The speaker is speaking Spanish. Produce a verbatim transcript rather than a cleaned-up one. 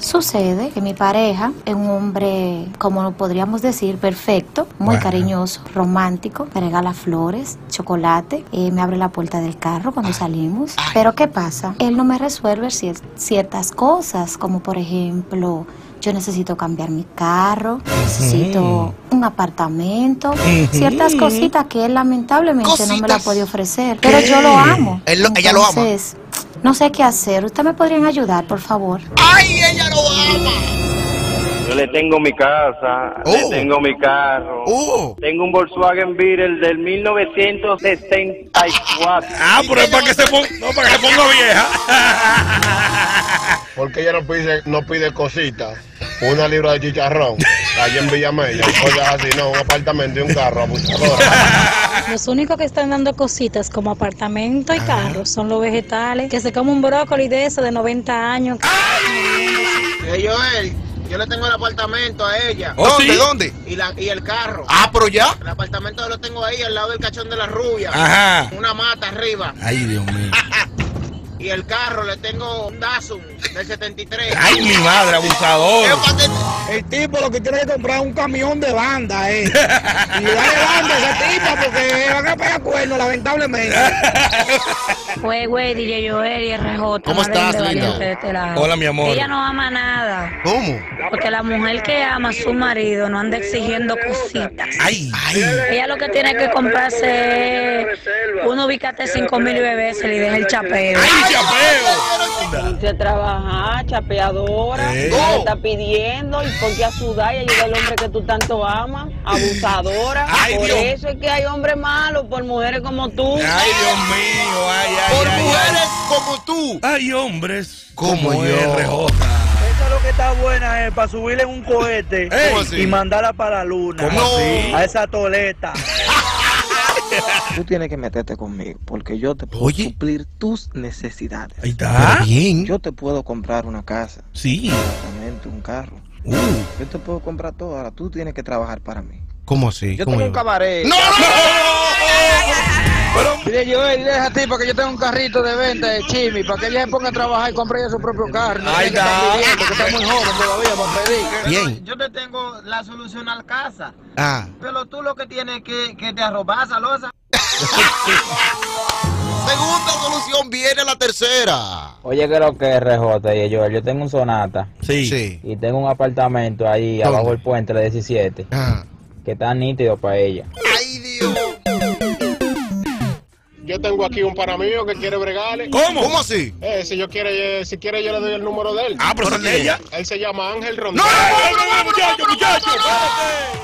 Sucede que mi pareja es un hombre, como podríamos decir, perfecto, muy Bueno. cariñoso, romántico, me regala flores, chocolate, eh, me abre la puerta del carro cuando salimos. Pero ¿qué pasa? Él no me resuelve cier- ciertas cosas, como por ejemplo, yo necesito cambiar mi carro, necesito un apartamento, ciertas cositas que él lamentablemente no me la puede ofrecer. Pero yo lo amo. Él lo- ella lo ama. Entonces, no sé qué hacer. ¿Usted me podrían ayudar, por favor? ¡Ay, ella lo ama! Yo le tengo mi casa, Oh. le tengo mi carro. Oh. Tengo un Volkswagen Beetle del mil novecientos sesenta y cuatro. Ah, pero es para que se ponga, no, para que se ponga vieja. Porque ella no pide, no pide cositas. Una libra de chicharrón, allá en Villamella, cosas así, no, un apartamento y un carro, abusadora. Los únicos que están dando cositas como apartamento y carro son los vegetales, que se come un brócoli de eso de noventa años. Eh, Joel, yo le tengo el apartamento a ella. ¿Oh, ¿Dónde, sí? dónde? Y, la, y el carro. Ah, pero ya. El apartamento lo tengo ahí al lado del cachón de la rubia. Ajá. Una mata arriba. Ay, Dios mío. Y el carro le tengo un Datsun del setenta y tres. Ay, mi madre, abusador. El tipo lo que tiene que comprar es un camión de banda, eh. Y darle banda a esa tipa porque van a pegar cuernos, lamentablemente. Güey, güey, D J Joel y R J. ¿Cómo estás, Marlene de linda? Valiente de este lado. Hola, mi amor. Ella no ama nada. ¿Cómo? Porque la mujer que ama a su marido no anda exigiendo cositas. Ay, Ay. Ella lo que tiene que comprarse es uno ubicate cinco mil y bebés y deja el chapeo. ay, chapeo. Dice a trabajar, chapeadora, Eh. ¿qué está pidiendo? ¿Y por qué a sudar y ayudar al hombre que tú tanto amas? Abusadora. Ay, por Dios. eso es que hay hombres malos, por mujeres como tú. Ay, Dios mío. Ay, ay, Por ay, mujeres ay. como tú. Hay hombres Como como yo. R J. Esa es lo que está buena, es para subirle en un cohete Ey. ¿Cómo así? y mandarla para la luna. ¿Cómo así? A esa toleta. Tú tienes que meterte conmigo porque yo te puedo Oye. suplir tus necesidades. Ahí está. Bien. Yo te puedo comprar una casa, Sí. un apartamento, un carro. Uh. Yo te puedo comprar todo. Ahora tú tienes que trabajar para mí. ¿Cómo así? Yo ¿Cómo tengo un cabaret. ¡No, no, Pero, Dile yo, dile a ti para que yo tenga un carrito de venta de chimi, para que ella se ponga a trabajar y compre ella su propio carro. No Ahí tiene que estar está. pidiendo, que está muy joven todavía para pedir. Bien. Yo te tengo la solución al casa. Ah. Pero tú lo que tienes que, que te arrobar esa Segunda solución, viene la tercera. Oye, que lo que es R J y yo, yo tengo un Sonata sí. Sí. y tengo un apartamento ahí ¿Dónde? abajo del puente de diecisiete Ah. que está nítido para ella. Ay, Dios. Yo tengo aquí un pana mío que quiere bregarle. ¿Cómo? ¿Cómo así? Eh, si yo quiere, eh, si quiere yo le doy el número de él. Ah, pero son de ella. Él se llama Ángel No, Rondón. no, no, no, no, muchacho, muchacho. Espérate.